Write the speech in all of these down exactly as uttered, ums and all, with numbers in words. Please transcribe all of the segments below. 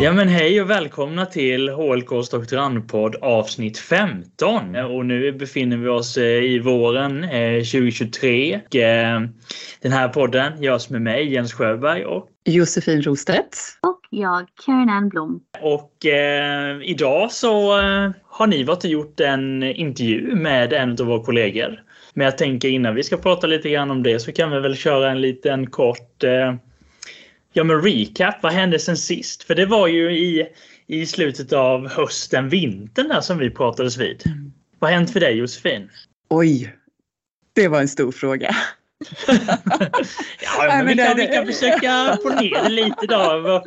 Ja men hej och välkomna till H L K:s doktorandpodd avsnitt femton. Och nu befinner vi oss i våren tjugohundratjugotre. Den här podden görs med mig, Jens Sjöberg och Josefin Rostedt. Och jag, Karin Ann Blom. Och eh, idag så eh, har ni varit och gjort en intervju med en av våra kollegor. Men jag tänker innan vi ska prata lite grann om det så kan vi väl köra en liten kort... Eh, Ja men recap, vad hände sen sist? För det var ju i, i slutet av hösten, vintern där som vi pratades vid. Mm. Vad har hänt för dig, Josefin? Oj, det var en stor fråga. ja, men vi, kan, vi kan försöka få ner det lite då.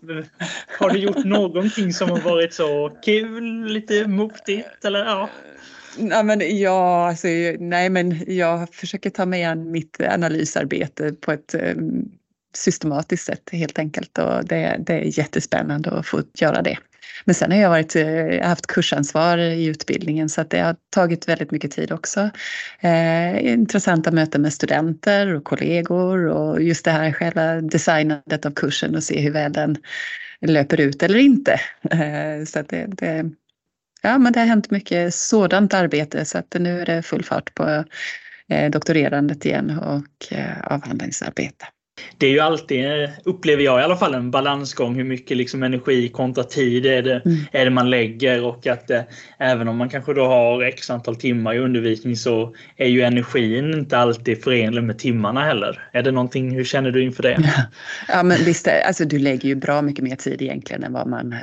Har du gjort någonting som har varit så kul, lite motigt eller ja? Nej men, ja, alltså, nej, men jag försöker ta med an mitt analysarbete på ett... Um, systematiskt sätt helt enkelt, och det, det är jättespännande att få göra det. Men sen har jag varit, jag haft kursansvar i utbildningen så att det har tagit väldigt mycket tid också. Eh, intressanta möten med studenter och kollegor och just det här själva designandet av kursen och se hur väl den löper ut eller inte. Eh, så att det, det, ja, men det har hänt mycket sådant arbete så att nu är det full fart på eh, doktorerandet igen och eh, avhandlingsarbete. Det är ju alltid, upplever jag i alla fall, en balansgång hur mycket liksom energi kontra tid är det, mm. är det man lägger, och att eh, även om man kanske då har x antal timmar i undervisning så är ju energin inte alltid förenlig med timmarna heller. Är det någonting, hur känner du inför det? Ja, ja men visst, alltså du lägger ju bra mycket mer tid egentligen än vad man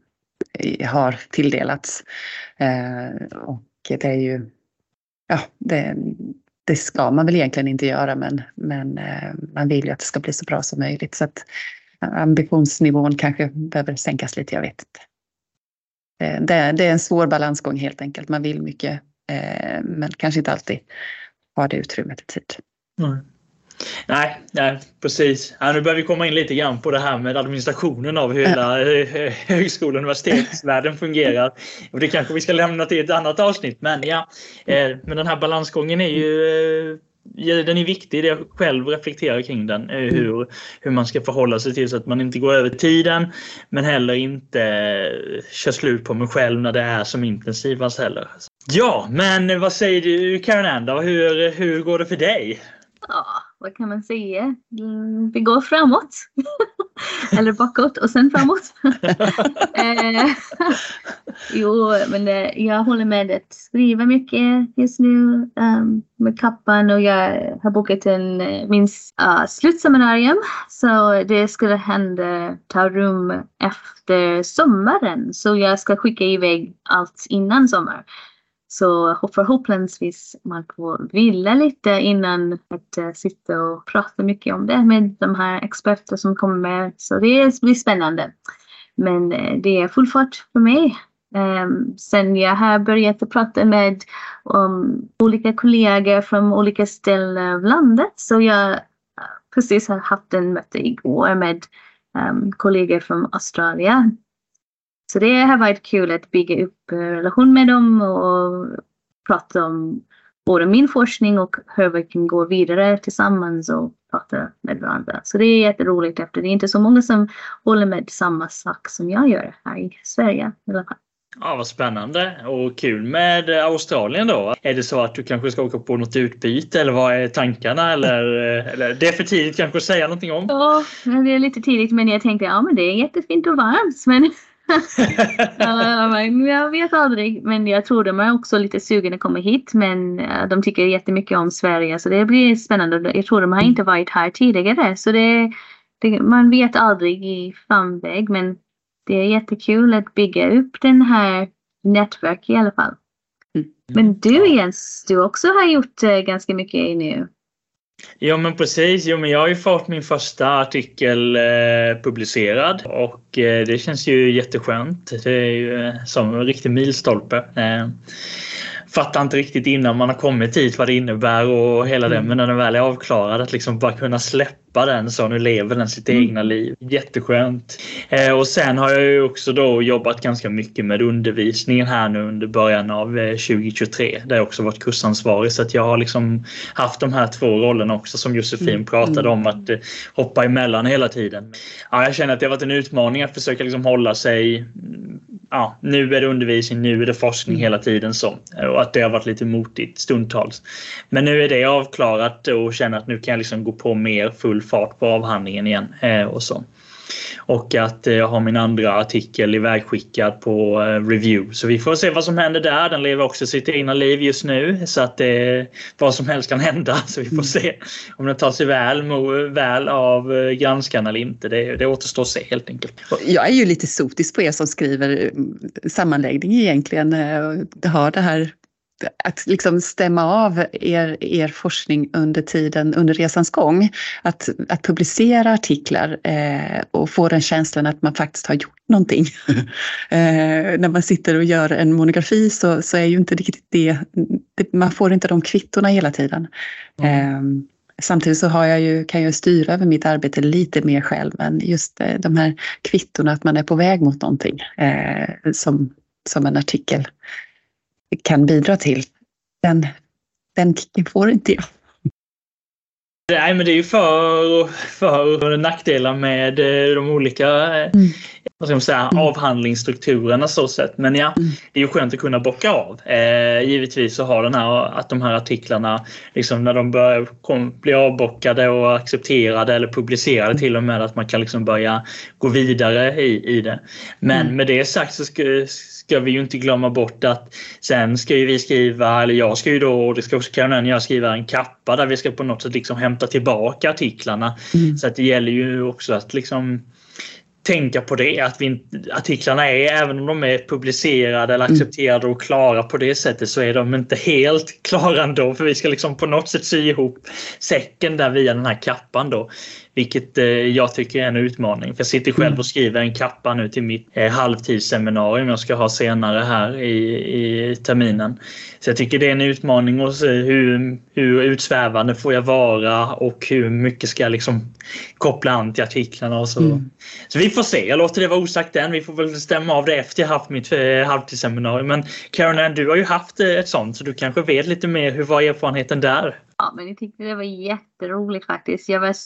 eh, har tilldelats. Eh, och det är ju, ja det Det ska man väl egentligen inte göra, men, men eh, man vill ju att det ska bli så bra som möjligt. Så att ambitionsnivån kanske behöver sänkas lite, jag vet inte. Eh, det, det är en svår balansgång helt enkelt. Man vill mycket, eh, men kanske inte alltid har det utrymmet i tid. Mm. Nej, nej, precis. Ja, nu börjar vi komma in lite grann på det här med administrationen av hur hela högskolan och universitetsvärlden fungerar. Och det kanske vi ska lämna till ett annat avsnitt. Men ja, eh, men den här balansgången är ju eh, den är viktig. Jag själv reflekterar kring den. Eh, hur, hur man ska förhålla sig till så att man inte går över tiden. Men heller inte eh, kör slut på mig själv när det är som intensivast heller. Ja, men vad säger du, Karin Ann, hur, hur går det för dig? Ja, vad kan man säga? Vi går framåt. Eller bakåt och sen framåt. eh, jo, men det, jag håller med att skriva mycket just nu um, med kappan. Och jag har bokat en min uh, slutseminarium. Så det skulle hända, ta rum efter sommaren. Så jag ska skicka iväg allt innan sommar. Så förhoppningsvis man får vila lite innan att uh, sitta och prata mycket om det med de här experter som kommer med. Så det blir spännande. Men uh, det är full fart för mig. Um, sen jag har börjat att prata med um, olika kollegor från olika ställen av landet. Så jag uh, precis har haft en möte igår med um, kollegor från Australien. Så det har varit kul att bygga upp relation med dem och prata om både min forskning och hur vi kan gå vidare tillsammans och prata med varandra. Så det är jätteroligt efter det är inte så många som håller med samma sak som jag gör här i Sverige i alla fall. Ja, vad spännande och kul med Australien då. Är det så att du kanske ska åka på något utbyte eller vad är tankarna? Eller, eller det är för tidigt kanske att säga någonting om? Ja, det är lite tidigt, men jag tänkte ja men det är jättefint och varmt. Men... uh, jag vet aldrig, men jag tror de är också lite sugen att komma hit, men uh, de tycker jättemycket om Sverige, så det blir spännande. Jag tror de har inte varit här tidigare, så det, det, man vet aldrig i framväg, men det är jättekul att bygga upp den här nätverk i alla fall. Mm. Men du Jens, du också har gjort uh, ganska mycket nu. Ja men precis, jo, men jag har ju fått min första artikel eh, publicerad och eh, det känns ju jätteskönt. Det är ju eh, som en riktig milstolpe. Eh, fattar inte riktigt innan man har kommit hit vad det innebär och hela mm. det. Men när den väl är avklarad att liksom bara kunna släppa den så nu lever den sitt mm. egna liv. Jätteskönt. Eh, och sen har jag ju också då jobbat ganska mycket med undervisningen här nu under början av eh, tjugo tjugotre. Där jag också varit kursansvarig så att jag har liksom haft de här två rollerna också som Josefin mm. pratade om att eh, hoppa emellan hela tiden. Ja, jag känner att det har varit en utmaning att försöka liksom hålla sig. Ja, nu är det undervisning, nu är det forskning hela tiden så. Och att det har varit lite motigt stundtals. Men nu är det avklarat och känner att nu kan jag liksom gå på mer full fart på avhandlingen igen eh, och så. Och att jag har min andra artikel ivägskickad på review. Så vi får se vad som händer där. Den lever också sitt egna liv just nu. Så att det, vad som helst kan hända. Så vi får se om den tar sig väl, väl av granskarna eller inte. Det, det återstår att se helt enkelt. Jag är ju lite sotisk på er som skriver sammanläggning egentligen. Det har det här att liksom stämma av er, er forskning under tiden, under resans gång. Att, att publicera artiklar eh, och få den känslan att man faktiskt har gjort någonting. eh, när man sitter och gör en monografi så, så är ju inte riktigt det, det, man får inte de kvittorna hela tiden. Mm. Eh, samtidigt så har jag ju, kan jag styra över mitt arbete lite mer själv, men just eh, de här kvittorna att man är på väg mot någonting eh, som, som en artikel kan bidra till. Den, den kicken får inte jag. Nej, men det är ju för, för nackdelar med de olika mm. vad ska man säga, mm. avhandlingsstrukturerna så sett. Men ja, mm. det är ju skönt att kunna bocka av. Eh, givetvis så har den här, att de här artiklarna liksom när de börjar kom, bli avbockade och accepterade eller publicerade till och med att man kan liksom börja gå vidare i, i det. Men mm. med det sagt så ska ska vi ju inte glömma bort att sen ska ju vi skriva, eller jag ska ju då, och det ska också Caroline jag skriva en kappa där vi ska på något sätt liksom hämta tillbaka artiklarna. Mm. Så att det gäller ju också att liksom tänka på det, att vi, artiklarna är, även om de är publicerade eller accepterade och klara på det sättet, så är de inte helt klara ändå, för vi ska liksom på något sätt sy ihop säcken där via den här kappan då. Vilket eh, jag tycker är en utmaning. För jag sitter själv och skriver en kappa nu till mitt eh, halvtidsseminarium jag ska ha senare här i, i terminen. Så jag tycker det är en utmaning att se hur, hur utsvävande får jag vara och hur mycket ska jag liksom koppla an till artiklarna och så. Mm. Så vi får se. Jag låter det vara osagt än. Vi får väl stämma av det efter jag haft mitt eh, halvtidsseminarium. Men Caroline, du har ju haft ett sånt, så du kanske vet lite mer. Hur var erfarenheten där? Ja, men jag tyckte det var jätteroligt faktiskt. Jag var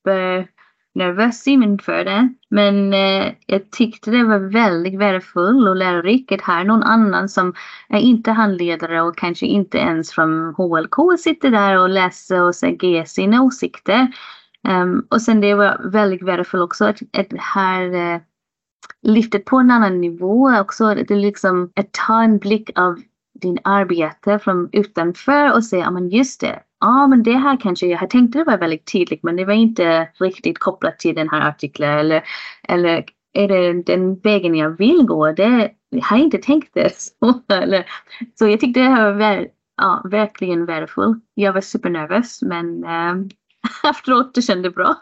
supernervös inför det. Men eh, jag tyckte det var väldigt värdefullt och lärorikt att här någon annan som är inte handledare och kanske inte ens från H L K sitter där och läser och ger sina åsikter. Um, och sen det var väldigt värdefullt också att, att här eh, lyftet på en annan nivå också. Att det liksom att ta en blick av din arbete från utanför och säga, ja men just det. Ja, men det här kanske jag tänkte det var väldigt tydligt, men det var inte riktigt kopplat till den här artikeln. Eller, eller är det den vägen jag vill gå? Det jag har inte tänkt det. Så, eller, så jag tyckte det här var väl, ja, verkligen värdefullt. Jag var supernervös, men äh, efteråt det kände bra.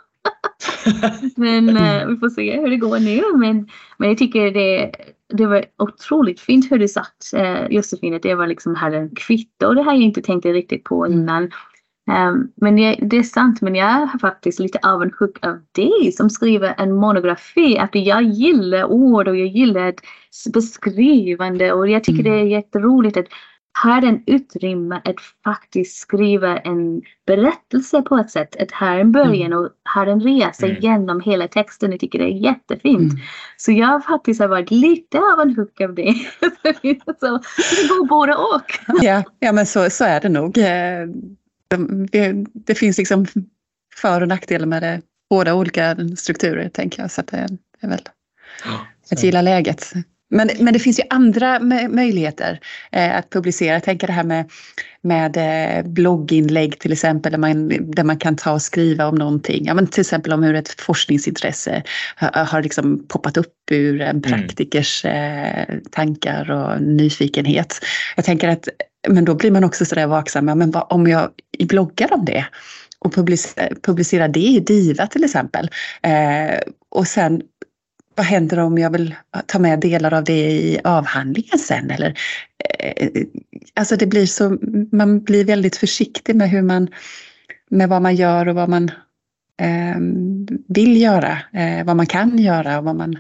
men äh, vi får se hur det går nu. Men, men jag tycker det, det var otroligt fint hur du sagt, äh, Josefin, att det var liksom här en kvitto. Och det har jag inte tänkt riktigt på innan. Um, men jag, det är sant, men jag har faktiskt lite avundsjuk av dig som skriver en monografi. Att jag gillar ord och jag gillar ett beskrivande. Och jag tycker mm. det är jätteroligt att ha en utrymme att faktiskt skriva en berättelse på ett sätt. Att ha en början och ha en resa mm. genom hela texten. Jag tycker det är jättefint. Mm. Så jag faktiskt har varit lite avundsjuk av det. Så det går både och. Ja, ja men så, så är det nog. Det, det finns liksom för- och nackdelar med det, båda olika strukturer, tänker jag. Så att det, det är väl ja, att gilla läget. Men, men det finns ju andra möjligheter eh, att publicera. Jag tänker det här med, med eh, blogginlägg till exempel, där man, där man kan ta och skriva om någonting. Ja, men till exempel om hur ett forskningsintresse har, har liksom poppat upp ur en praktikers eh, tankar och nyfikenhet. Jag tänker att, men då blir man också sådär vaksam. Ja, men vad, om jag bloggar om det och publicerar, publicerar det i Diva till exempel. Eh, och sen vad händer om jag vill ta med delar av det i avhandlingen sen? Eller, eh, alltså det blir så, man blir väldigt försiktig med hur man, med vad man gör och vad man eh, vill göra, eh, vad man kan göra och vad man,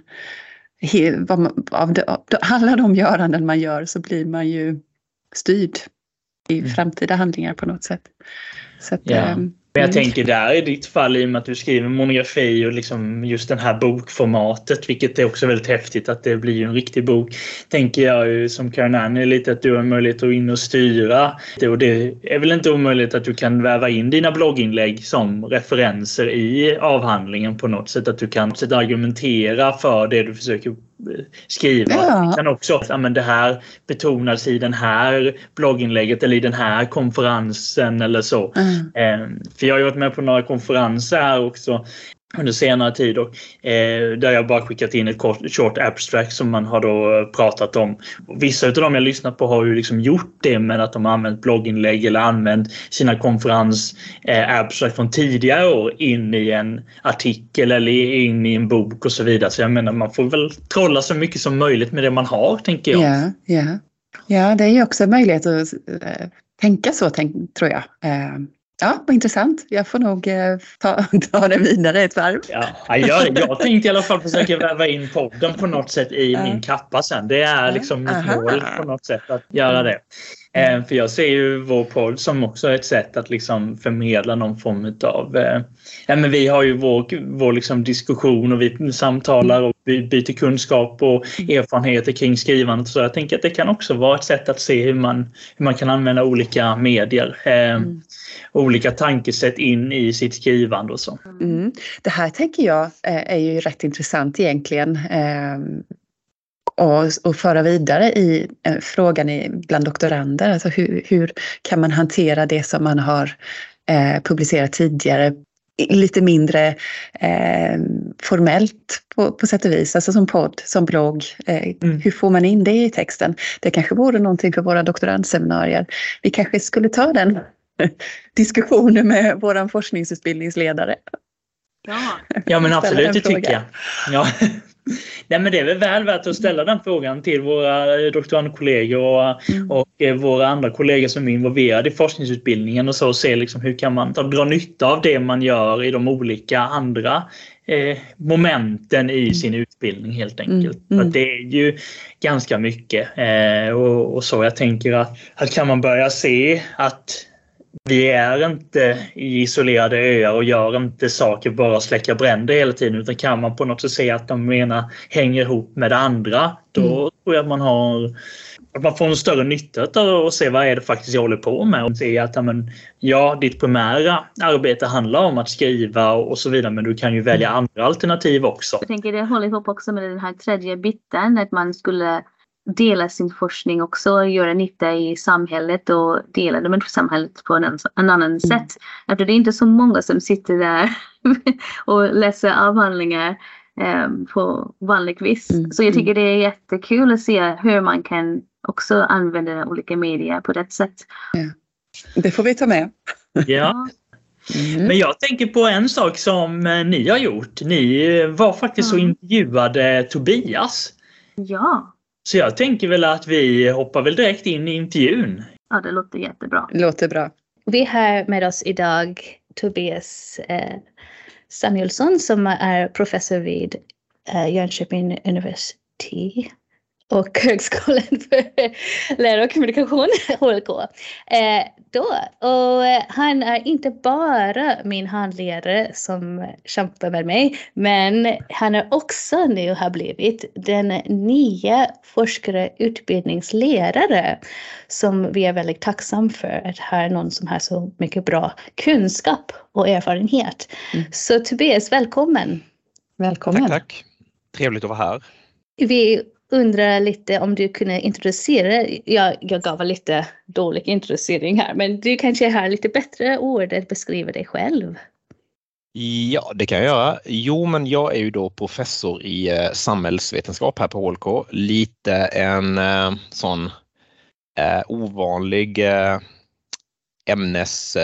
vad man av, de, av alla de göranden man gör så blir man ju styrd i framtida handlingar på något sätt. Så att, ja. eh, Men jag tänker där i ditt fall, i och med att du skriver monografi och liksom just den här bokformatet, vilket är också väldigt häftigt att det blir en riktig bok, tänker jag ju som Karin Annie lite att du har möjlighet att in och styra. Och det är väl inte omöjligt att du kan väva in dina blogginlägg som referenser i avhandlingen på något sätt, att du kan argumentera för det du försöker skriva. Ja. Du kan också, ja, men det här betonas i den här blogginlägget eller i den här konferensen eller så. Mm. För jag har ju varit med på några konferenser här också under senare tid och, eh, där jag bara skickat in ett kort, short abstract som man har då pratat om. Och vissa av dem jag lyssnat på har ju liksom gjort det med att de har använt blogginlägg eller använt sina konferens eh, abstract från tidigare år in i en artikel eller in i en bok och så vidare. Så jag menar, man får väl trolla så mycket som möjligt med det man har, tänker jag. Ja, ja. Ja, det är ju också möjlighet att äh, tänka så, tänk, tror jag. Äh, Ja, vad intressant. Jag får nog eh, ta, ta det vidare ett varv. Ja, jag, jag tänkte i alla fall försöka väva in podden på något sätt i uh. min kappa sen. Det är liksom mitt Aha. mål på något sätt att göra det. Eh, för jag ser ju vår podd som också ett sätt att liksom förmedla någon form av... Eh, ja, men vi har ju vår, vår liksom diskussion och vi samtalar och vi byter kunskap och erfarenheter kring skrivandet. Så jag tänker att det kan också vara ett sätt att se hur man, hur man kan använda olika medier. Eh, mm. Olika tankesätt in i sitt skrivande och så. Mm. Det här tänker jag är ju rätt intressant egentligen. Eh, och, och föra vidare i eh, frågan i, bland doktorander. Alltså hur, hur kan man hantera det som man har eh, publicerat tidigare lite mindre eh, formellt på, på sätt och vis, alltså som podd, som blogg. Eh, mm. Hur får man in det i texten? Det kanske vore någonting för våra doktorandseminarier. Vi kanske skulle ta den diskussioner med våran forskningsutbildningsledare. Ja, ja men absolut, det tycker jag. Ja. Nej, men det är väl väl värt att ställa den frågan till våra doktorandkollegor och, mm. och våra andra kollegor som är involverade i forskningsutbildningen och så och se liksom hur kan man ta, dra nytta av det man gör i de olika andra eh, momenten i sin utbildning helt enkelt. Mm. Mm. För det är ju ganska mycket eh, och, och så jag tänker att, att kan man börja se att vi är inte i isolerade öar och gör inte saker bara att släcka bränder hela tiden, utan kan man på något sätt se att de ena hänger ihop med det andra, då mm. tror jag att man har att man får en större nytta och se vad är det faktiskt jag håller på med och se att men, ja, ditt primära arbete handlar om att skriva och så vidare, men du kan ju välja andra alternativ också. Jag tänker det håller ihop också med den här tredje biten, att man skulle dela sin forskning också, göra nytta i samhället och dela det med samhället på en, en annan mm. sätt. Att det är inte så många som sitter där och läser avhandlingar um, på vanlig vis. Mm. Så jag tycker det är jättekul att se hur man kan också använda olika medier på det sätt. Ja. Det får vi ta med. Ja. Mm. Men jag tänker på en sak som ni har gjort. Ni var faktiskt mm. så intervjuade Tobias. Ja. Så jag tänker väl att vi hoppar väl direkt in i intervjun. Ja, det låter jättebra. Det låter bra. Vi har med oss idag Tobias eh, Samuelsson som är professor vid eh, Jönköping universitet och Högskolan för lära och kommunikation, H L K. Eh, då. Och han är inte bara min handledare som kämpar med mig, men han är också nu har blivit den nya forskare utbildningsledare som vi är väldigt tacksam för att ha någon som har så mycket bra kunskap och erfarenhet. Mm. Så Tobias, välkommen. Välkommen. Tack, tack. Trevligt att vara här. Vi undrar lite om du kunde introducera, jag, jag gav en lite dålig introducering här, men du kanske har lite bättre ord att beskriva dig själv. Ja, det kan jag göra. Jo, men jag är ju då professor i eh, samhällsvetenskap här på H L K. Lite en eh, sån eh, ovanlig eh, ämnestitel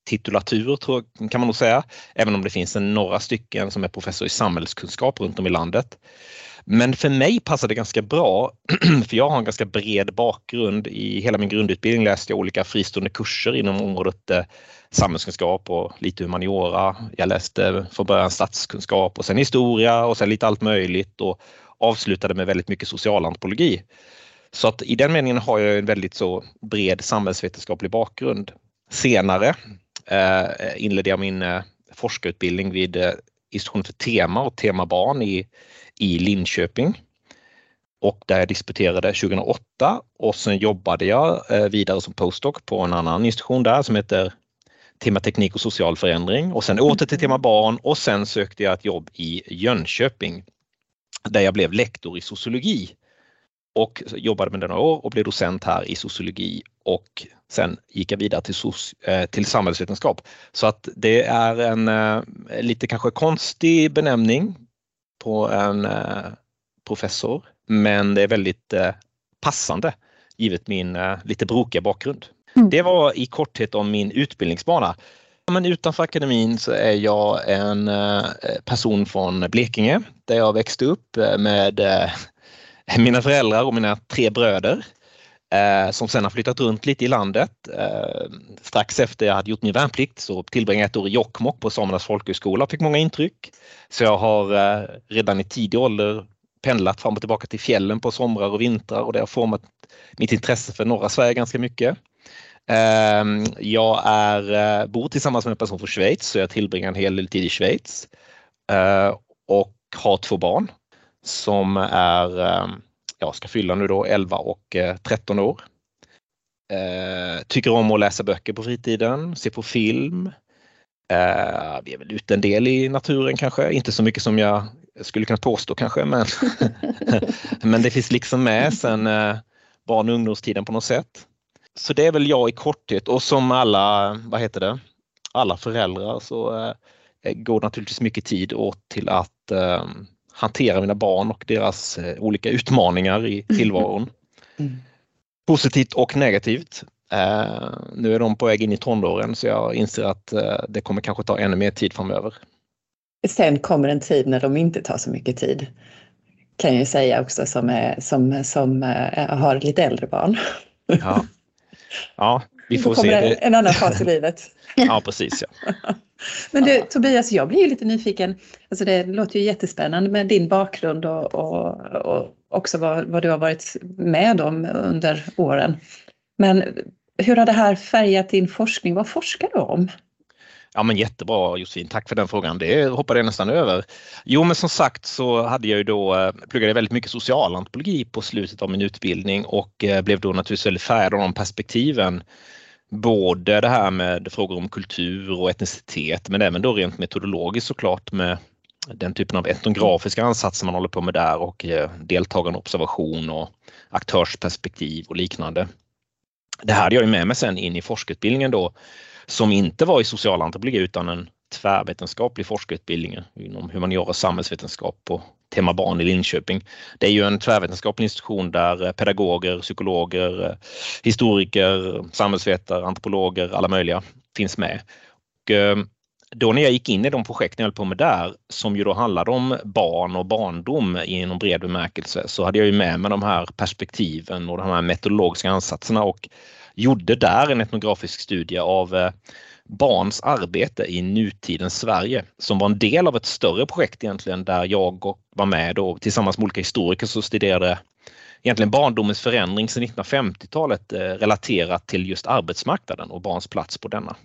titulatur tror jag, kan man nog säga. Även om det finns en några stycken som är professor i samhällskunskap runt om i landet. Men för mig passar det ganska bra, för jag har en ganska bred bakgrund. I hela min grundutbildning läste jag olika fristående kurser inom området eh, samhällskunskap och lite humaniora. Jag läste från början statskunskap och sen historia och sen lite allt möjligt och avslutade med väldigt mycket socialantropologi. Så att i den meningen har jag en väldigt så bred samhällsvetenskaplig bakgrund. Senare eh, inledde jag min eh, forskarutbildning vid eh, institutionen för tema och temabarn i i Linköping och där jag disputerade tjugohundraåtta och sen jobbade jag vidare som postdoc på en annan institution där som heter Tema teknik och social förändring och sen åter till tema barn och sen sökte jag ett jobb i Jönköping där jag blev lektor i sociologi och jobbade med det några år och blev docent här i sociologi och sen gick jag vidare till, so- till samhällsvetenskap. Så att det är en lite kanske konstig benämning på en eh, professor, men det är väldigt eh, passande givet min eh, lite brokiga bakgrund. Mm. Det var i korthet om min utbildningsbana. Men utanför akademin så är jag en eh, person från Blekinge där jag växte upp med eh, mina föräldrar och mina tre bröder eh, som sen har flyttat runt lite i landet. Eh, strax efter jag hade gjort min värnplikt så tillbringade jag ett år i Jokkmokk på Samernas folkhögskola och fick många intryck. Så jag har eh, redan i tidig ålder pendlat fram och tillbaka till fjällen på somrar och vintrar och det har format mitt intresse för norra Sverige ganska mycket. Eh, jag är, eh, bor tillsammans med en person från Schweiz så jag tillbringar en hel del tid i Schweiz eh, och har två barn som är, eh, jag ska fylla nu då elva och eh, tretton år. Eh, tycker om att läsa böcker på fritiden, se på film. Uh, vi är väl ute en del i naturen kanske, inte så mycket som jag skulle kunna påstå kanske, men, men det finns liksom med sen uh, barn- och ungdomstiden på något sätt. Så det är väl jag i korthet och som alla, vad heter det, alla föräldrar så uh, går naturligtvis mycket tid åt till att uh, hantera mina barn och deras uh, olika utmaningar i tillvaron. Mm. Positivt och negativt. Uh, nu är de på väg in i tonåren så jag inser att uh, det kommer kanske ta ännu mer tid framöver. Sen kommer en tid när de inte tar så mycket tid. Kan jag säga också som, är, som, som uh, har lite äldre barn. Ja, ja vi får Då kommer se. Det. En annan fas i livet. Ja, precis. Ja. Men du, Tobias, jag blir ju lite nyfiken. Alltså det låter ju jättespännande med din bakgrund och, och, och också vad, vad du har varit med om under åren. Men hur har det här färgat din forskning? Vad forskar du om? Ja men jättebra Josefin, tack för den frågan. Det hoppade jag nästan över. Jo men som sagt så hade jag ju då, pluggade väldigt mycket socialantropologi på slutet av min utbildning och blev då naturligtvis väldigt färgad av de perspektiven. Både det här med frågor om kultur och etnicitet men även då rent metodologiskt såklart med den typen av etnografiska ansatser man håller på med där och deltagande observation och aktörsperspektiv och liknande. Det här hade jag ju med mig sen in i forskarutbildningen då som inte var i socialantropologi utan en tvärvetenskaplig forskarutbildning inom humaniora och samhällsvetenskap på tema barn i Linköping. Det är ju en tvärvetenskaplig institution där pedagoger, psykologer, historiker, samhällsvetare, antropologer, alla möjliga finns med. Och då när jag gick in i de projekten jag höll på med där som ju då handlade om barn och barndom i en bred bemärkelse så hade jag ju med mig de här perspektiven och de här metodologiska ansatserna och gjorde där en etnografisk studie av barns arbete i nutidens Sverige som var en del av ett större projekt egentligen där jag var med och tillsammans med olika historiker så studerade egentligen barndomens förändring sedan nittonhundrafemtiotalet relaterat till just arbetsmarknaden och barns plats på denna.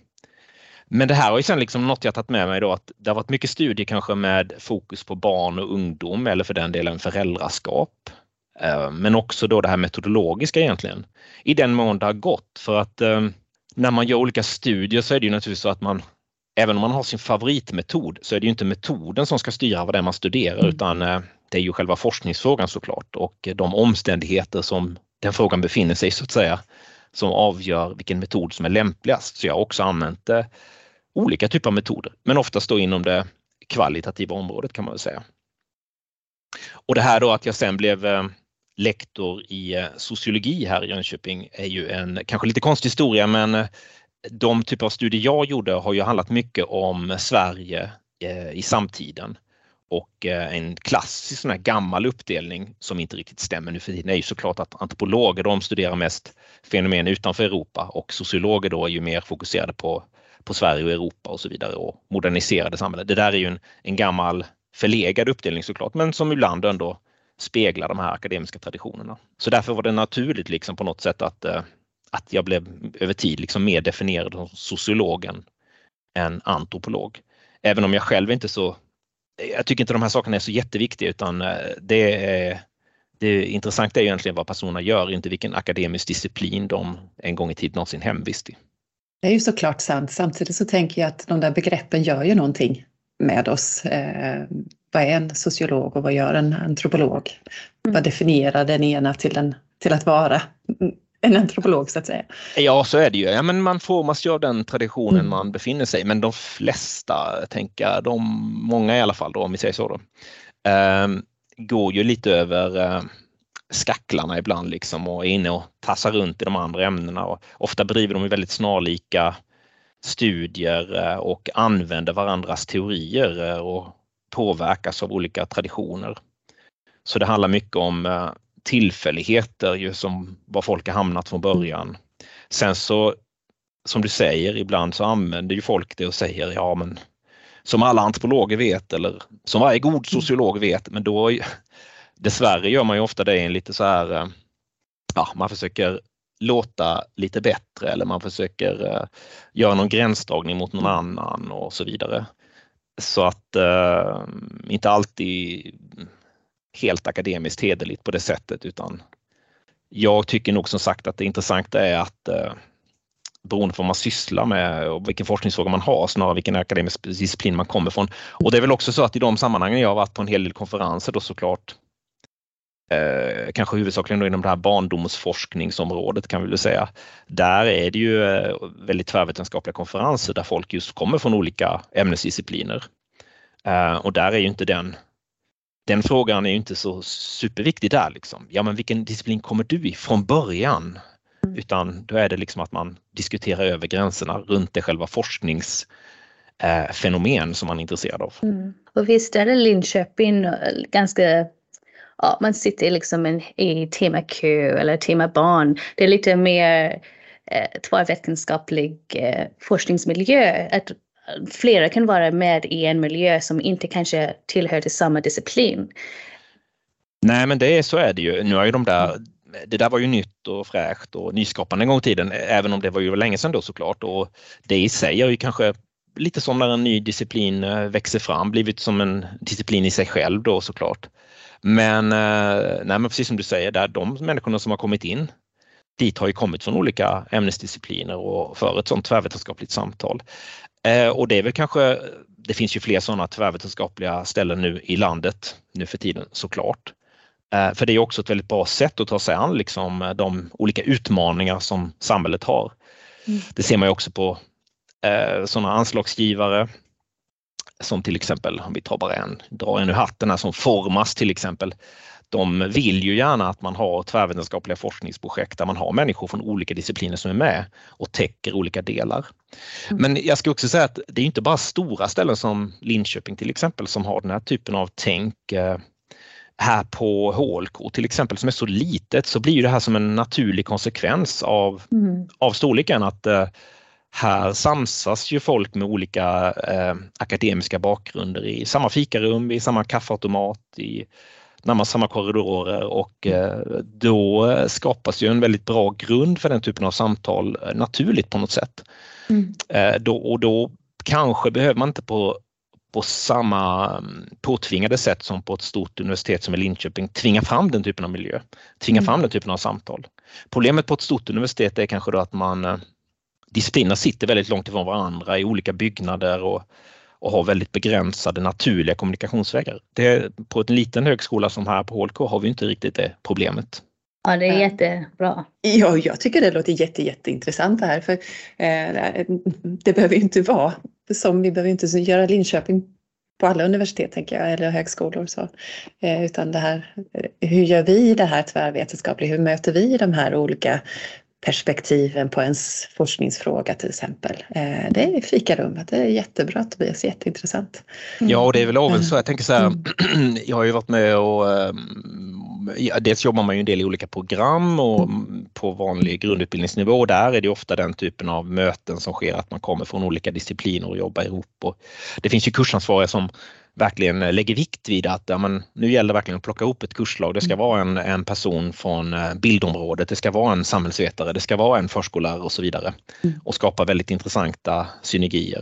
Men det här har ju sen liksom något jag tagit med mig då att det har varit mycket studier kanske med fokus på barn och ungdom eller för den delen föräldraskap. Men också då det här metodologiska egentligen. I den mån det har gått för att när man gör olika studier så är det ju naturligtvis så att man även om man har sin favoritmetod så är det ju inte metoden som ska styra vad det är man studerar mm. utan det är ju själva forskningsfrågan såklart och de omständigheter som den frågan befinner sig så att säga som avgör vilken metod som är lämpligast. Så jag har också använt eh, olika typer av metoder men oftast då inom det kvalitativa området kan man väl säga. Och det här då att jag sen blev eh, lektor i eh, sociologi här i Jönköping är ju en kanske lite konstig historia men de typer av studier jag gjorde har ju handlat mycket om Sverige eh, i samtiden. Och eh, en klassisk sån här gammal uppdelning som inte riktigt stämmer nu för tiden är ju såklart att antropologer de studerar mest fenomen utanför Europa och sociologer då är ju mer fokuserade på, på Sverige och Europa och så vidare och moderniserade samhället. Det där är ju en, en gammal förlegad uppdelning såklart, men som ibland ändå speglar de här akademiska traditionerna. Så därför var det naturligt liksom på något sätt att, eh, att jag blev över tid liksom mer definierad som sociologen än antropolog. Även om jag själv inte så jag tycker inte de här sakerna är så jätteviktiga utan det, är, det intressanta är egentligen vad personerna gör, inte vilken akademisk disciplin de en gång i tiden någonsin hemvist i. Det är ju såklart sant. Samtidigt så tänker jag att de där begreppen gör ju någonting med oss. Eh, vad är en sociolog och vad gör en antropolog? Mm. Vad definierar den ena till, en, till att vara en antropolog så att säga? Ja, så är det ju. Ja, men man formas ju av den traditionen mm. man befinner sig. Men de flesta, tänker jag, de, många i alla fall då, om vi säger så då, eh, går ju lite över eh, skacklarna ibland liksom och är inne och tassar runt i de andra ämnena. Och ofta bedriver de väldigt snarlika studier eh, och använder varandras teorier eh, och påverkas av olika traditioner. Så det handlar mycket om eh, tillfälligheter ju som var folk har hamnat från början. Sen så som du säger ibland så använder ju folk det och säger ja men som alla antropologer vet eller som varje god sociolog vet, men då dessvärre gör man ju ofta det i en lite så här ja man försöker låta lite bättre eller man försöker göra någon gränsdragning mot någon annan och så vidare. Så att uh, inte alltid helt akademiskt hederligt på det sättet utan jag tycker nog som sagt att det intressanta är att eh, beroende på vad man sysslar med och vilken forskningsfråga man har snarare vilken akademisk disciplin man kommer från. Och det är väl också så att i de sammanhangen jag har varit på en hel del konferenser då såklart eh, kanske huvudsakligen då inom det här barndomsforskningsområdet kan vi väl säga. Där är det ju eh, väldigt tvärvetenskapliga konferenser där folk just kommer från olika ämnesdiscipliner. Eh, och där är ju inte den Den frågan är ju inte så superviktig där liksom. Ja men vilken disciplin kommer du i från början? Mm. Utan då är det liksom att man diskuterar över gränserna runt det själva forskningsfenomen eh, som man är intresserad av. Mm. Och visst är det Linköping ganska, ja man sitter liksom en, i tema kö eller tema barn. Det är lite mer eh, tvärvetenskaplig eh, forskningsmiljö. Att flera kan vara med i en miljö som inte kanske tillhör till samma disciplin. Nej men det är, så är det ju. Nu har ju de där, det där var ju nytt och fräscht och nyskapande en gång i tiden, även om det var ju länge sedan då såklart. Och det i sig är ju kanske lite som när en ny disciplin växer fram, blivit som en disciplin i sig själv då såklart. Men, nej, men precis som du säger, där de människorna som har kommit in dit har ju kommit från olika ämnesdiscipliner och för ett sånt tvärvetenskapligt samtal. Eh, och det är väl kanske, det finns ju fler sådana tvärvetenskapliga ställen nu i landet nu för tiden såklart. Eh, för det är också ett väldigt bra sätt att ta sig an liksom, de olika utmaningar som samhället har. Mm. Det ser man ju också på eh, sådana anslagsgivare som till exempel, om vi tar bara en, drar en ur hatten här, som Formas till exempel. De vill ju gärna att man har tvärvetenskapliga forskningsprojekt där man har människor från olika discipliner som är med och täcker olika delar. Mm. Men jag ska också säga att det är inte bara stora ställen som Linköping till exempel som har den här typen av tänk. Här på H L K till exempel som är så litet så blir ju det här som en naturlig konsekvens av, mm. av storleken att här samsas ju folk med olika eh, akademiska bakgrunder i samma fikarum, i samma kaffeautomat, i närmast samma korridorer och eh, då skapas ju en väldigt bra grund för den typen av samtal eh, naturligt på något sätt. Mm. Eh, då, och då kanske behöver man inte på, på samma påtvingade sätt som på ett stort universitet som är Linköping tvinga fram den typen av miljö, tvinga mm. fram den typen av samtal. Problemet på ett stort universitet är kanske då att man eh, disciplinerna sitter väldigt långt ifrån varandra i olika byggnader och, och har väldigt begränsade naturliga kommunikationsvägar. Det, på en liten högskola som här på H L K har vi inte riktigt det problemet. Ja, det är jättebra. Ja, jag tycker det låter jätte, jätteintressant det här. För eh, det behöver ju inte vara som vi behöver inte göra Linköping på alla universitet tänker jag, eller högskolor. Så. Eh, utan det här, hur gör vi det här tvärvetenskapligt? Hur möter vi de här olika perspektiven på ens forskningsfråga till exempel. Det är fikarummet, det är jättebra, Tobias, jätteintressant. Ja, och det är väl även så, jag tänker så här, jag har ju varit med och ja, dels jobbar man ju en del i olika program och på vanlig grundutbildningsnivå, och där är det ofta den typen av möten som sker, att man kommer från olika discipliner och jobbar ihop. Och det finns ju kursansvariga som verkligen lägger vikt vid att ja, men nu gäller det verkligen att plocka upp ett kurslag. Det ska vara en, en person från bildområdet, det ska vara en samhällsvetare, det ska vara en förskollärare och så vidare. Och skapa väldigt intressanta synergier.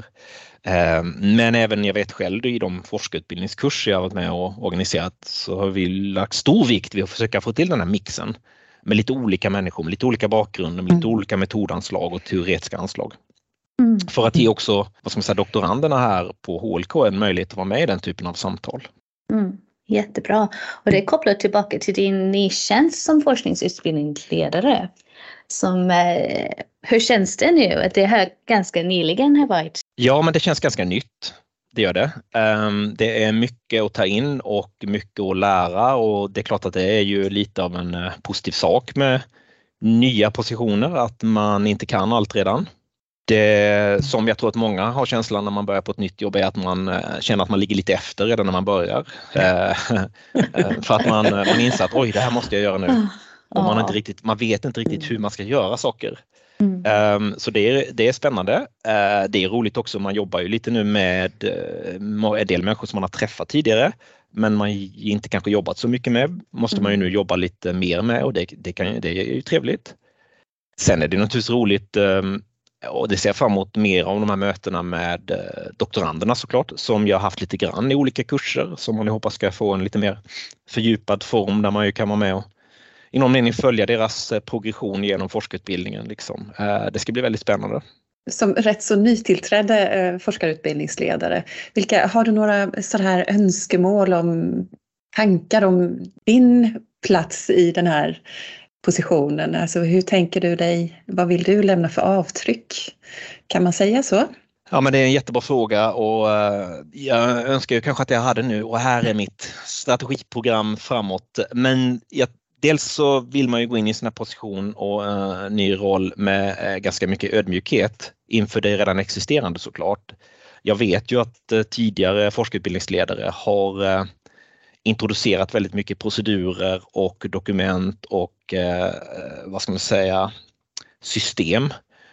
Men även jag vet själv i de forskarutbildningskurser jag har varit med och organiserat, så har vi lagt stor vikt vid att försöka få till den här mixen med lite olika människor, med lite olika bakgrunder, med lite olika metodanslag och teoretiska anslag. Mm. För att ge också, vad ska man säga, doktoranderna här på H L K en möjlighet att vara med i den typen av samtal. Mm. Jättebra. Och det kopplar tillbaka till din nytjänst som forskningsutbildningsledare. Som, eh, hur känns det nu att det här ganska nyligen har varit? Ja, men det känns ganska nytt. Det gör det. Um, det är mycket att ta in och mycket att lära, och det är klart att det är ju lite av en uh, positiv sak med nya positioner, att man inte kan allt redan. Det som jag tror att många har känslan när man börjar på ett nytt jobb är att man uh, känner att man ligger lite efter redan när man börjar. Uh, uh, för att man, man inser att oj, det här måste jag göra nu. Och man, inte riktigt, man vet inte riktigt hur man ska göra saker. Mm. Um, så det är, det är spännande. Uh, det är roligt också. Man jobbar ju lite nu med uh, en del människor som man har träffat tidigare, men man inte kanske jobbat så mycket med. Måste man ju nu jobba lite mer med, och det, det, kan, det är ju trevligt. Sen är det naturligtvis roligt, um, och det ser jag fram emot mer av de här mötena med uh, doktoranderna såklart, som jag har haft lite grann i olika kurser, som man hoppas ska få en lite mer fördjupad form, där man ju kan vara med och i någon mening följa deras progression genom forskarutbildningen. Liksom. Det ska bli väldigt spännande. Som rätt så nytillträdde forskarutbildningsledare, vilka, har du några så här önskemål om tankar om din plats i den här positionen? Alltså, hur tänker du dig? Vad vill du lämna för avtryck? Kan man säga så? Ja, men det är en jättebra fråga, och jag önskar ju kanske att jag hade nu, och här är mitt strategiprogram framåt. Men jag Dels så vill man ju gå in i sin position och uh, ny roll med uh, ganska mycket ödmjukhet inför det redan existerande såklart. Jag vet ju att uh, tidigare forskarutbildningsledare har uh, introducerat väldigt mycket procedurer och dokument och uh, vad ska man säga, system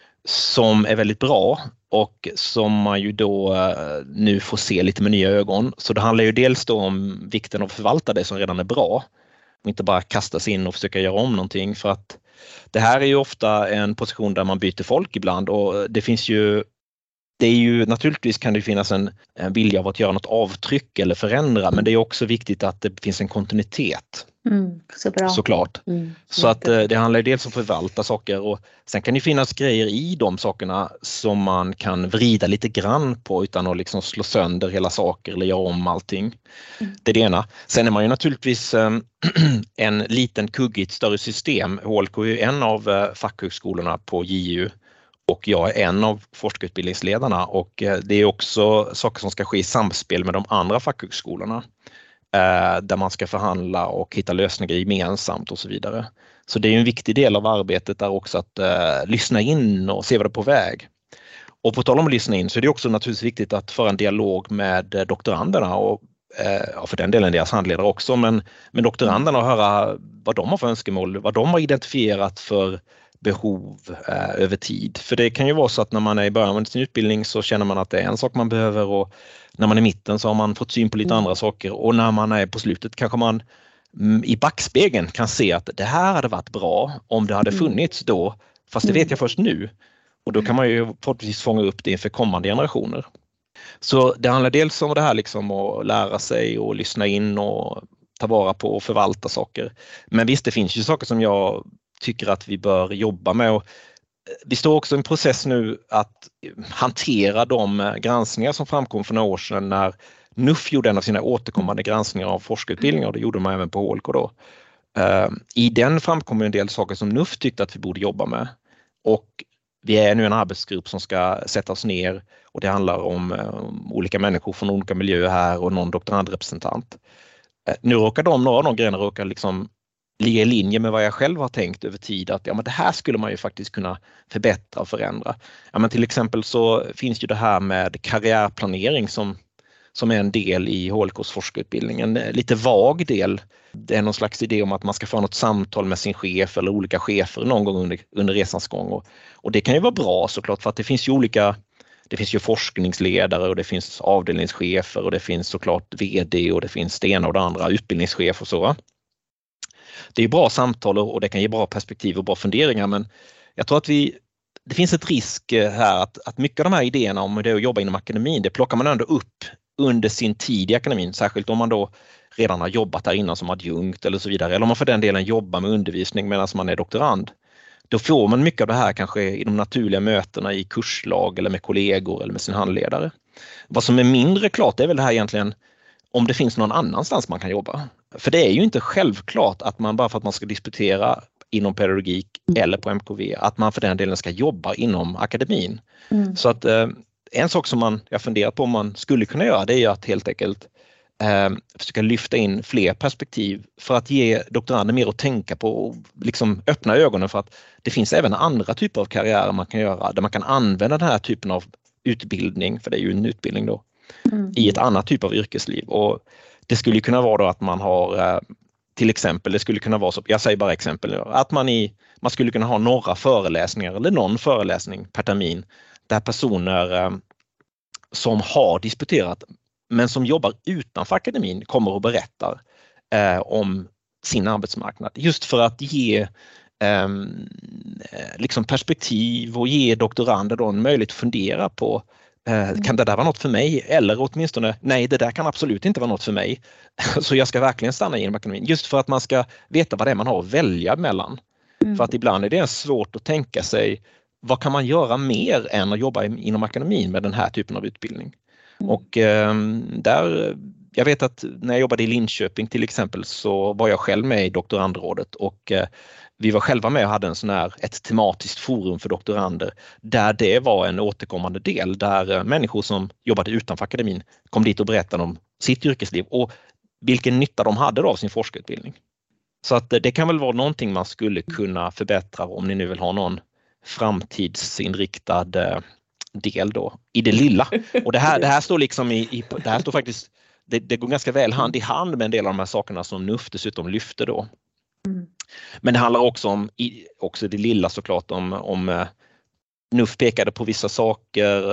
som är väldigt bra och som man ju då uh, nu får se lite med nya ögon. Så det handlar ju dels då om vikten av att förvalta det som redan är bra. Och inte bara kasta sig in och försöka göra om någonting, för att det här är ju ofta en position där man byter folk ibland, och det finns ju, det är ju naturligtvis kan det finnas en, en vilja av att göra något avtryck eller förändra, men det är också viktigt att det finns en kontinuitet. Mm, så bra. Såklart. Mm, så att det handlar ju dels om att förvalta saker, och sen kan det finnas grejer i de sakerna som man kan vrida lite grann på utan att liksom slå sönder hela saker eller göra om allting. Mm. Det är det ena. Sen är man ju naturligtvis äh, en liten kugg i ett större system. H L K är ju en av äh, fackhögskolorna på J U, och jag är en av forskarutbildningsledarna, och äh, det är också saker som ska ske i samspel med de andra fackhögskolorna. Där man ska förhandla och hitta lösningar gemensamt och så vidare. Så det är en viktig del av arbetet där också att uh, lyssna in och se vad det är på väg. Och på tal om att lyssna in så är det också naturligtvis viktigt att föra en dialog med uh, doktoranderna och uh, för den delen deras handledare också, men med doktoranderna och höra vad de har för önskemål, vad de har identifierat för behov uh, över tid. För det kan ju vara så att när man är i början av sin utbildning så känner man att det är en sak man behöver, och när man är i mitten så har man fått syn på lite mm. andra saker, och när man är på slutet kanske man mm, i backspegeln kan se att det här hade varit bra om det hade funnits då, fast det vet jag först nu, och då kan man ju förhoppningsvis fånga upp det inför kommande generationer. Så det handlar dels om det här liksom att lära sig och lyssna in och ta vara på och förvalta saker. Men visst, det finns ju saker som jag tycker att vi bör jobba med, och vi står också i en process nu att hantera de granskningar som framkom för några år sedan när N U F gjorde en av sina återkommande granskningar av forskarutbildningar, och det gjorde man även på H L K då. I den framkom en del saker som N U F tyckte att vi borde jobba med, och vi är nu en arbetsgrupp som ska sätta oss ner, och det handlar om, om olika människor från olika miljöer här och någon doktorandrepresentant. Nu råkar de, några av de grejerna råkar liksom ligger i linje med vad jag själv har tänkt över tid, att ja, men det här skulle man ju faktiskt kunna förbättra och förändra. Ja, men till exempel så finns ju det här med karriärplanering som, som är en del i H L K:s forskarutbildning, en lite vag del. Det är någon slags idé om att man ska få något samtal med sin chef eller olika chefer någon gång under, under resans gång. Och, och det kan ju vara bra såklart, för att det finns ju olika, det finns ju forskningsledare och det finns avdelningschefer och det finns såklart vd och det finns det ena och det andra, utbildningschef och så. Det är bra samtal och det kan ge bra perspektiv och bra funderingar, men jag tror att vi, det finns ett risk här att, att mycket av de här idéerna om det att jobba inom akademin, det plockar man ändå upp under sin tid i akademin, särskilt om man då redan har jobbat där innan som adjunkt eller så vidare, eller om man för den delen jobbar med undervisning medan man är doktorand. Då får man mycket av det här kanske i de naturliga mötena i kurslag eller med kollegor eller med sin handledare. Vad som är mindre klart är väl det här egentligen om det finns någon annanstans man kan jobba. För det är ju inte självklart att man bara för att man ska disputera inom pedagogik eller på M K V, att man för den delen ska jobba inom akademin. Mm. Så att eh, en sak som man, jag funderat på om man skulle kunna göra, det är att helt enkelt eh, försöka lyfta in fler perspektiv för att ge doktorander mer att tänka på och liksom öppna ögonen för att det finns även andra typer av karriärer man kan göra där man kan använda den här typen av utbildning, för det är ju en utbildning då, mm. i ett annat typ av yrkesliv. Och det skulle kunna vara då att man har till exempel, det skulle kunna vara så, jag säger bara exempel, att man, i, man skulle kunna ha några föreläsningar eller någon föreläsning per termin där personer som har disputerat men som jobbar utanför akademin kommer och berättar eh, om sin arbetsmarknad. Just för att ge eh, liksom perspektiv och ge doktorander då en möjlighet att fundera på eh, kan det där vara något för mig? Eller åtminstone, nej det där kan absolut inte vara något för mig. Så jag ska verkligen stanna inom akademin. Just för att man ska veta vad det är man har att välja mellan. Mm. För att ibland är det svårt att tänka sig vad kan man göra mer än att jobba inom akademin med den här typen av utbildning. Mm. Och eh, där, jag vet att när jag jobbade i Linköping till exempel så var jag själv med i doktorandrådet och eh, vi var själva med och hade en sån här, ett tematiskt forum för doktorander där det var en återkommande del där eh, människor som jobbade utanför akademin kom dit och berättade om sitt yrkesliv och vilken nytta de hade av sin forskarutbildning. Så att eh, det kan väl vara någonting man skulle kunna förbättra om ni nu vill ha någon framtidsinriktad eh, del då i det lilla. Och det här, det här står liksom i, i det här står faktiskt, det, det går ganska väl hand i hand med en del av de här sakerna som N U F dessutom lyfter då. Mm. Men det handlar också om, i, också det lilla såklart, om, om eh, N U F pekade på vissa saker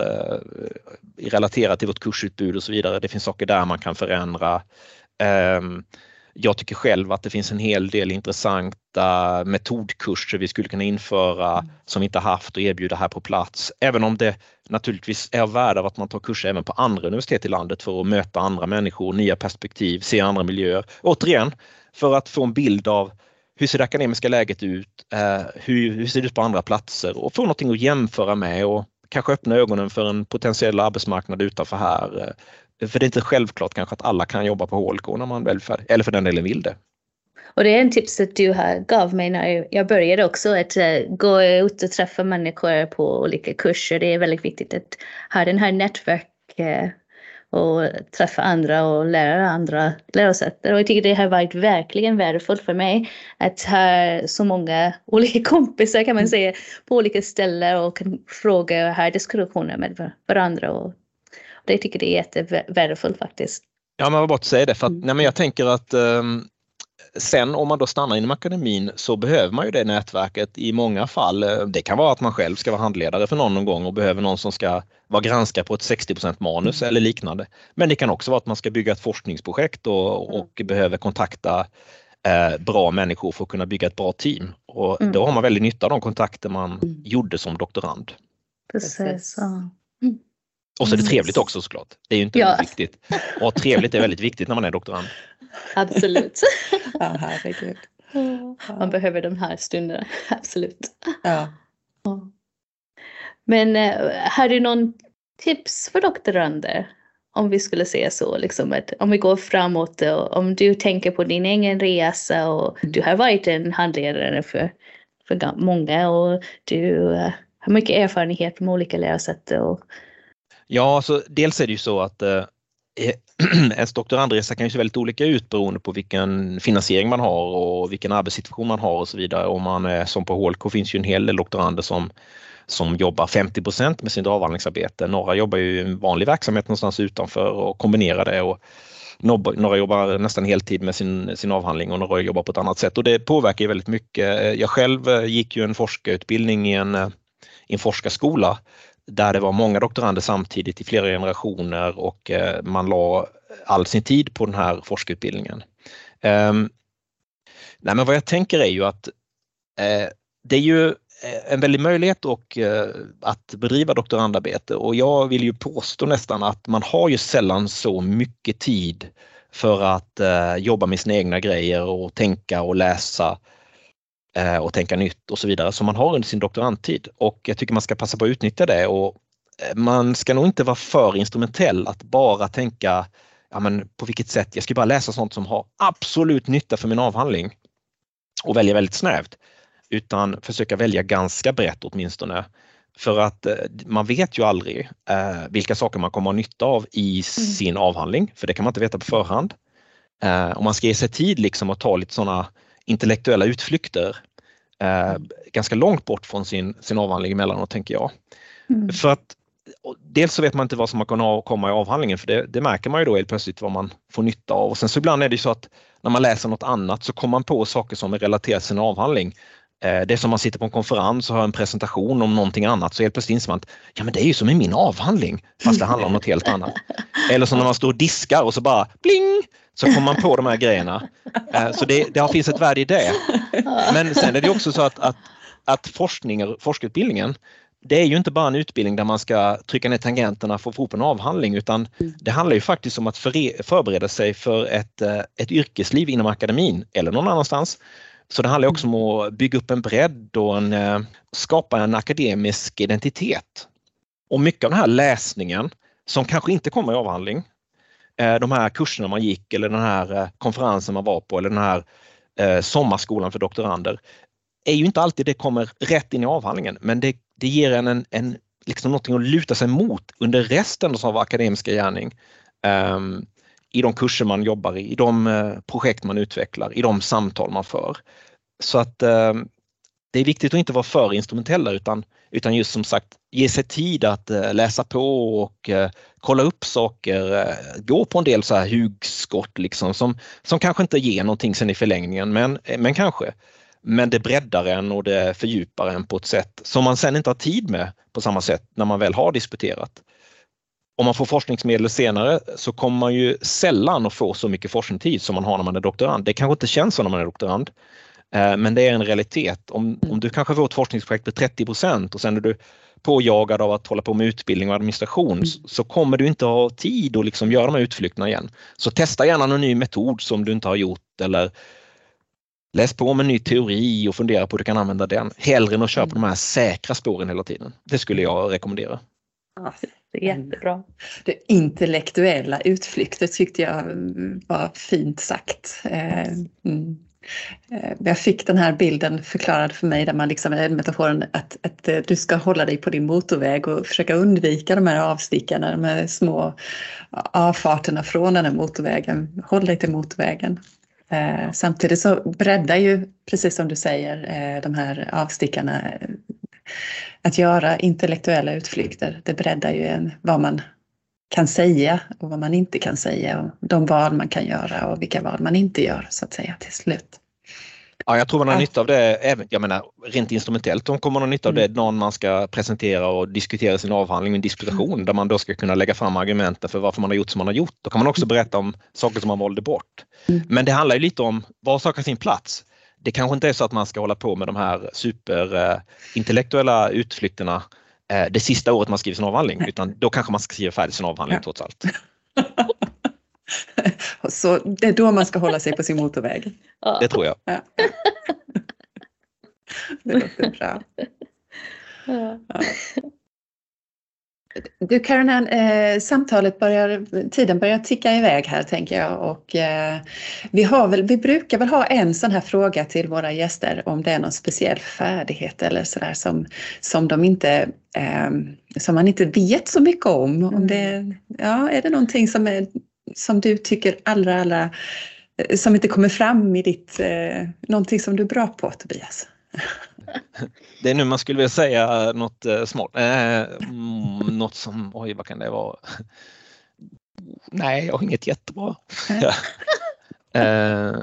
eh, relaterat till vårt kursutbud och så vidare. Det finns saker där man kan förändra. Eh, Jag tycker själv att det finns en hel del intressanta metodkurser vi skulle kunna införa mm. som vi inte haft och erbjuda här på plats. Även om det naturligtvis är värde av att man tar kurser även på andra universitet i landet för att möta andra människor, nya perspektiv, se andra miljöer. Återigen, för att få en bild av hur ser det akademiska läget ut, eh, hur, hur ser det ut på andra platser och få någonting att jämföra med och kanske öppna ögonen för en potentiell arbetsmarknad utanför här. För det är inte självklart kanske att alla kan jobba på H L K när man väl färdig, eller för den delen vill det. Och det är en tips att du har gav mig när jag började också, att uh, gå ut och träffa människor på olika kurser. Det är väldigt viktigt att ha den här nätverk uh, och träffa andra och lära andra lärosäten. Och jag tycker det har varit verkligen värdefullt för mig att ha så många olika kompisar kan man säga på olika ställen och kan fråga och ha diskussioner med varandra. Och det tycker det är jättevärdefullt faktiskt. Ja, men jag vill bara säga det för att nej, men jag tänker att um, sen om man då stannar inom akademin så behöver man ju det nätverket i många fall. Det kan vara att man själv ska vara handledare för någon, någon gång och behöver någon som ska vara granskare på ett sextio procent manus mm. eller liknande. Men det kan också vara att man ska bygga ett forskningsprojekt och, och mm. behöver kontakta eh, bra människor för att kunna bygga ett bra team. Och mm. då har man väldigt nytta av de kontakter man mm. gjorde som doktorand. Precis. Mm. Och så är det trevligt också såklart. Det är ju inte ja. viktigt. Och trevligt är väldigt viktigt när man är doktorand. Absolut. Ja, herregud. Man behöver de här stunderna. Absolut. Ja. Men har du någon tips för doktorander? Om vi skulle säga så. Liksom att om vi går framåt och om du tänker på din egen resa och du har varit en handledare för, för många och du har mycket erfarenhet med olika lärosätten och ja, så dels är det ju så att eh, ens doktorandresa kan ju se väldigt olika ut beroende på vilken finansiering man har och vilken arbetssituation man har och så vidare. Om man är som på H L K finns ju en hel del doktorander som, som jobbar femtio procent med sin avhandlingsarbete. Några jobbar ju i en vanlig verksamhet någonstans utanför och kombinerar det, och några jobbar nästan heltid med sin, sin avhandling och några jobbar på ett annat sätt, och det påverkar ju väldigt mycket. Jag själv gick ju en forskarutbildning i en, i en forskarskola där det var många doktorander samtidigt i flera generationer, och man la all sin tid på den här forskarutbildningen. Um, nej, men vad jag tänker är ju att uh, det är ju en väldig möjlighet och, uh, att bedriva doktorandarbete, och jag vill ju påstå nästan att man har ju sällan så mycket tid för att uh, jobba med sina egna grejer och tänka och läsa och tänka nytt och så vidare som man har under sin doktorandtid, och jag tycker man ska passa på att utnyttja det, och man ska nog inte vara för instrumentell att bara tänka, ja men på vilket sätt, jag ska bara läsa sånt som har absolut nytta för min avhandling och välja väldigt snävt, utan försöka välja ganska brett åtminstone, för att man vet ju aldrig eh, vilka saker man kommer att ha nytta av i sin mm. avhandling, för det kan man inte veta på förhand. Eh, och man ska ge sig tid liksom att ta lite sådana intellektuella utflykter eh, mm. ganska långt bort från sin, sin avhandling emellanåt, tänker jag. Mm. För att dels så vet man inte vad som man kan komma i avhandlingen, för det, det märker man ju då helt plötsligt vad man får nytta av. Och sen så ibland är det ju så att när man läser något annat så kommer man på saker som är relaterat till sin avhandling. Eh, det är som man sitter på en konferens och har en presentation om någonting annat, så helt plötsligt inser man att ja, men det är ju som i min avhandling, fast det handlar om något helt annat. Eller som när man står och diskar och så bara bling! Så kommer man på de här grejerna. Så det, det finns ett värde i det. Men sen är det också så att, att, att forskning, forskarutbildningen, det är ju inte bara en utbildning där man ska trycka ner tangenterna för att få upp en avhandling, utan det handlar ju faktiskt om att för, förbereda sig för ett, ett yrkesliv inom akademin eller någon annanstans. Så det handlar också om att bygga upp en bredd och en, skapa en akademisk identitet. Och mycket av den här läsningen som kanske inte kommer i avhandling, de här kurserna man gick eller den här konferensen man var på eller den här eh, sommarskolan för doktorander, är ju inte alltid det kommer rätt in i avhandlingen, men det, det ger en, en, en liksom någonting att luta sig mot under resten av akademiska gärning, eh, i de kurser man jobbar i, i de eh, projekt man utvecklar, i de samtal man för. Så att eh, det är viktigt att inte vara för instrumentella, utan, utan just som sagt ge sig tid att uh, läsa på och uh, kolla upp saker, uh, gå på en del så här hugskott liksom, som, som kanske inte ger någonting sen i förlängningen, men, men kanske. Men det breddar en och det fördjupar en på ett sätt som man sen inte har tid med på samma sätt när man väl har disputerat. Om man får forskningsmedel senare så kommer man ju sällan att få så mycket forskningstid som man har när man är doktorand. Det kanske inte känns så när man är doktorand. Men det är en realitet. Om, om du kanske får ett forskningsprojekt på trettio procent och sen är du påjagad av att hålla på med utbildning och administration, mm. så, så kommer du inte ha tid att liksom göra de här utflykterna igen. Så testa gärna någon ny metod som du inte har gjort, eller läs på om en ny teori och fundera på hur du kan använda den. Hellre än att köra på de här säkra spåren hela tiden. Det skulle jag rekommendera. Ja, det är jättebra. Det intellektuella utflykter tyckte jag var fint sagt. Mm. Jag fick den här bilden förklarad för mig där man liksom är metaforen att, att du ska hålla dig på din motorväg och försöka undvika de här avstickarna, de här små avfarterna från den här motorvägen. Håll dig till motorvägen. Eh, samtidigt så breddar ju, precis som du säger, eh, de här avstickarna, eh, att göra intellektuella utflykter. Det breddar ju en, vad man kan säga och vad man inte kan säga, och de val man kan göra och vilka val man inte gör, så att säga, till slut. Ja, jag tror man har nytta av det, även, jag menar rent instrumentellt, de kommer man ha nytta av det mm. någon man ska presentera och diskutera sin avhandling, en disputation, mm. där man då ska kunna lägga fram argumenten för varför man har gjort som man har gjort. Då kan man också berätta om saker som man valde bort. Mm. Men det handlar ju lite om vad saker sin plats. Det kanske inte är så att man ska hålla på med de här superintellektuella uh, utflykterna uh, det sista året man skriver sin avhandling, Nej. utan då kanske man ska skriva färdigt sin avhandling ja. trots allt. Så det är då man ska hålla sig på sin motorväg. Ja. Det tror jag. Ja. Det låter bra. Ja. Du Caroline, eh, samtalet börjar, tiden börjar ticka iväg här, tänker jag, och eh, vi, har väl, vi brukar väl ha en sån här fråga till våra gäster om det är någon speciell färdighet eller sådär som, som de inte eh, som man inte vet så mycket om. Mm. Om det, ja, är det någonting som är som du tycker allra, allra som inte kommer fram i ditt, eh, någonting som du är bra på, Tobias? Det är nu man skulle vilja säga något eh, smart. Eh, något som, oj vad kan det vara? Nej, jag har inget jättebra. eh,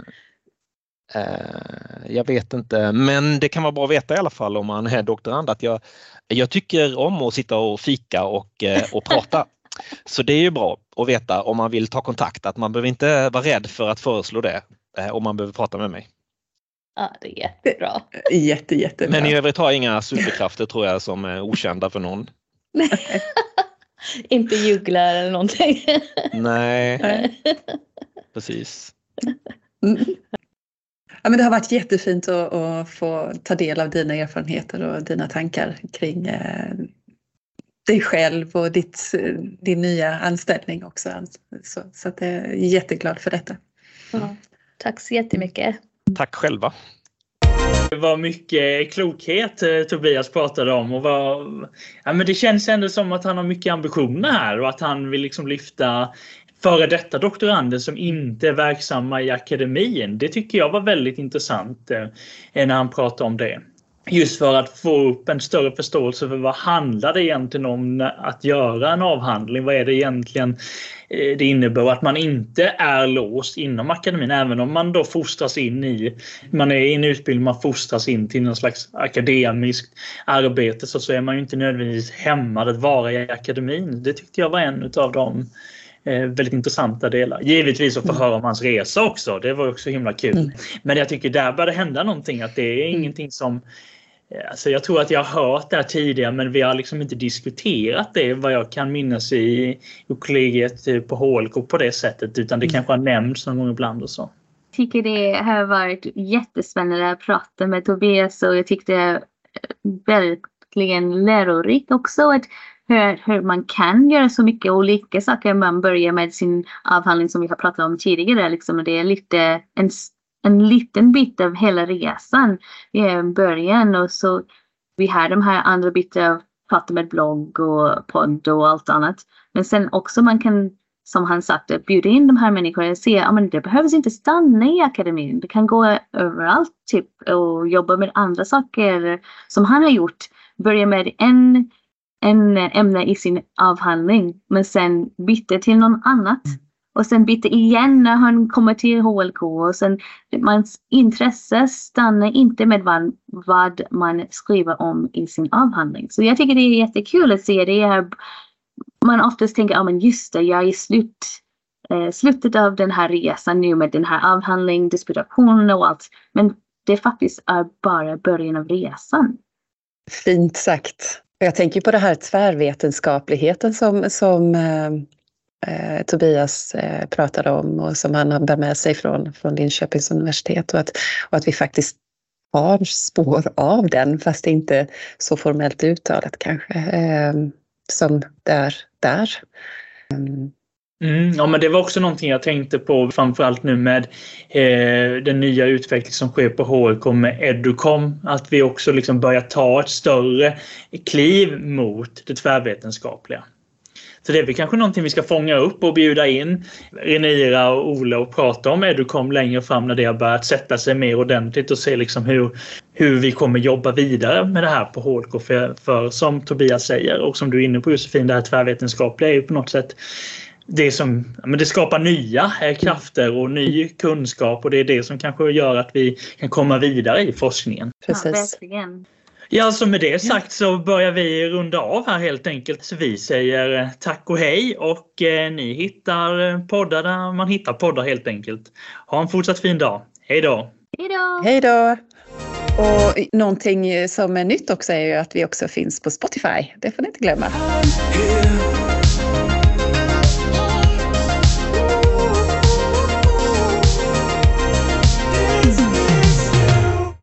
eh, jag vet inte, men det kan vara bra att veta i alla fall om man är doktorand att jag, jag tycker om att sitta och fika och, eh, och prata. Så det är ju bra att veta om man vill ta kontakt, att man behöver inte vara rädd för att föreslå det eh, om man behöver prata med mig. Ja, det är jättebra. Jätte, jättebra. Men i övrigt har jag inga superkrafter tror jag som är okända för någon. Inte juglar eller någonting. Nej, precis. Mm. Ja, men det har varit jättefint att, att få ta del av dina erfarenheter och dina tankar kring eh, dig själv och ditt, din nya anställning också. Så, så att jag är jätteglad för detta. Ja, tack så jättemycket. Tack själva. Det var mycket klokhet Tobias pratade om och var, ja, men det känns ändå som att han har mycket ambitioner här och att han vill liksom lyfta före detta doktorander som inte är verksamma i akademin. Det tycker jag var väldigt intressant eh, när han pratade om det. Just för att få upp en större förståelse för vad handlar det egentligen om att göra en avhandling. Vad är det egentligen det innebär att man inte är låst inom akademin. Även om man då fostras in i, man är i en utbildning, man fostras in till någon slags akademiskt arbete. Så, så är man ju inte nödvändigtvis hämmad att vara i akademin. Det tyckte jag var en av de eh, väldigt intressanta delar. Givetvis att få höra om hans resa också. Det var också himla kul. Mm. Men jag tycker där började hända någonting. Att det är mm. ingenting som... Alltså jag tror att jag har hört det här tidigare men vi har liksom inte diskuterat det vad jag kan minnas i, i kollegiet på H L K på det sättet utan det mm. kanske har nämnts någon gång ibland och så. Jag tycker det har varit jättespännande att prata med Tobias och jag tyckte det är verkligen lärorikt också att hur, hur man kan göra så mycket olika saker. Man börjar med sin avhandling som vi har pratat om tidigare liksom, och det är lite en En liten bit av hela resan i början och så vi har de här andra bitar av prata med blogg och podd och allt annat. Men sen också man kan, som han sagt, bjuda in de här människorna och se att ja, det behövs inte stanna i akademin. Det kan gå överallt typ och jobba med andra saker som han har gjort. Börja med en, en ämne i sin avhandling men sen byta till någon annat. Och sen byta igen när han kommer till H L K. Och sen mans intresse stannar inte med vad, vad man skriver om i sin avhandling. Så jag tycker det är jättekul att se det här. Man oftast tänker, ja men just det, jag är i slut, eh, slutet av den här resan nu med den här avhandling, disputation och allt. Men det faktiskt är bara början av resan. Fint sagt. Jag tänker på det här tvärvetenskapligheten som... som eh... Eh, Tobias eh, pratade om och som han har bär med sig från, från Linköpings universitet och att, och att vi faktiskt har spår av den fast inte så formellt uttalat kanske eh, som där. där. Mm. Mm, ja, men det var också någonting jag tänkte på framförallt nu med eh, den nya utveckling som sker på H L K med Educom. Att vi också liksom börjar ta ett större kliv mot det tvärvetenskapliga. Så det är väl kanske någonting vi ska fånga upp och bjuda in Renira och Ola och prata om Educom längre fram när det har börjat sätta sig mer ordentligt och se liksom hur, hur vi kommer jobba vidare med det här på H L K. För, för som Tobias säger och som du är inne på Josefin, det här tvärvetenskapliga är ju på något sätt det som men det skapar nya krafter och ny kunskap och det är det som kanske gör att vi kan komma vidare i forskningen. Precis. Ja, verkligen. Ja, alltså med det sagt så börjar vi runda av här helt enkelt. Så vi säger tack och hej och eh, ni hittar poddar där man hittar poddar helt enkelt. Ha en fortsatt fin dag. Hej då! Hej då! Hej då! Och någonting som är nytt också är ju att vi också finns på Spotify. Det får ni inte glömma.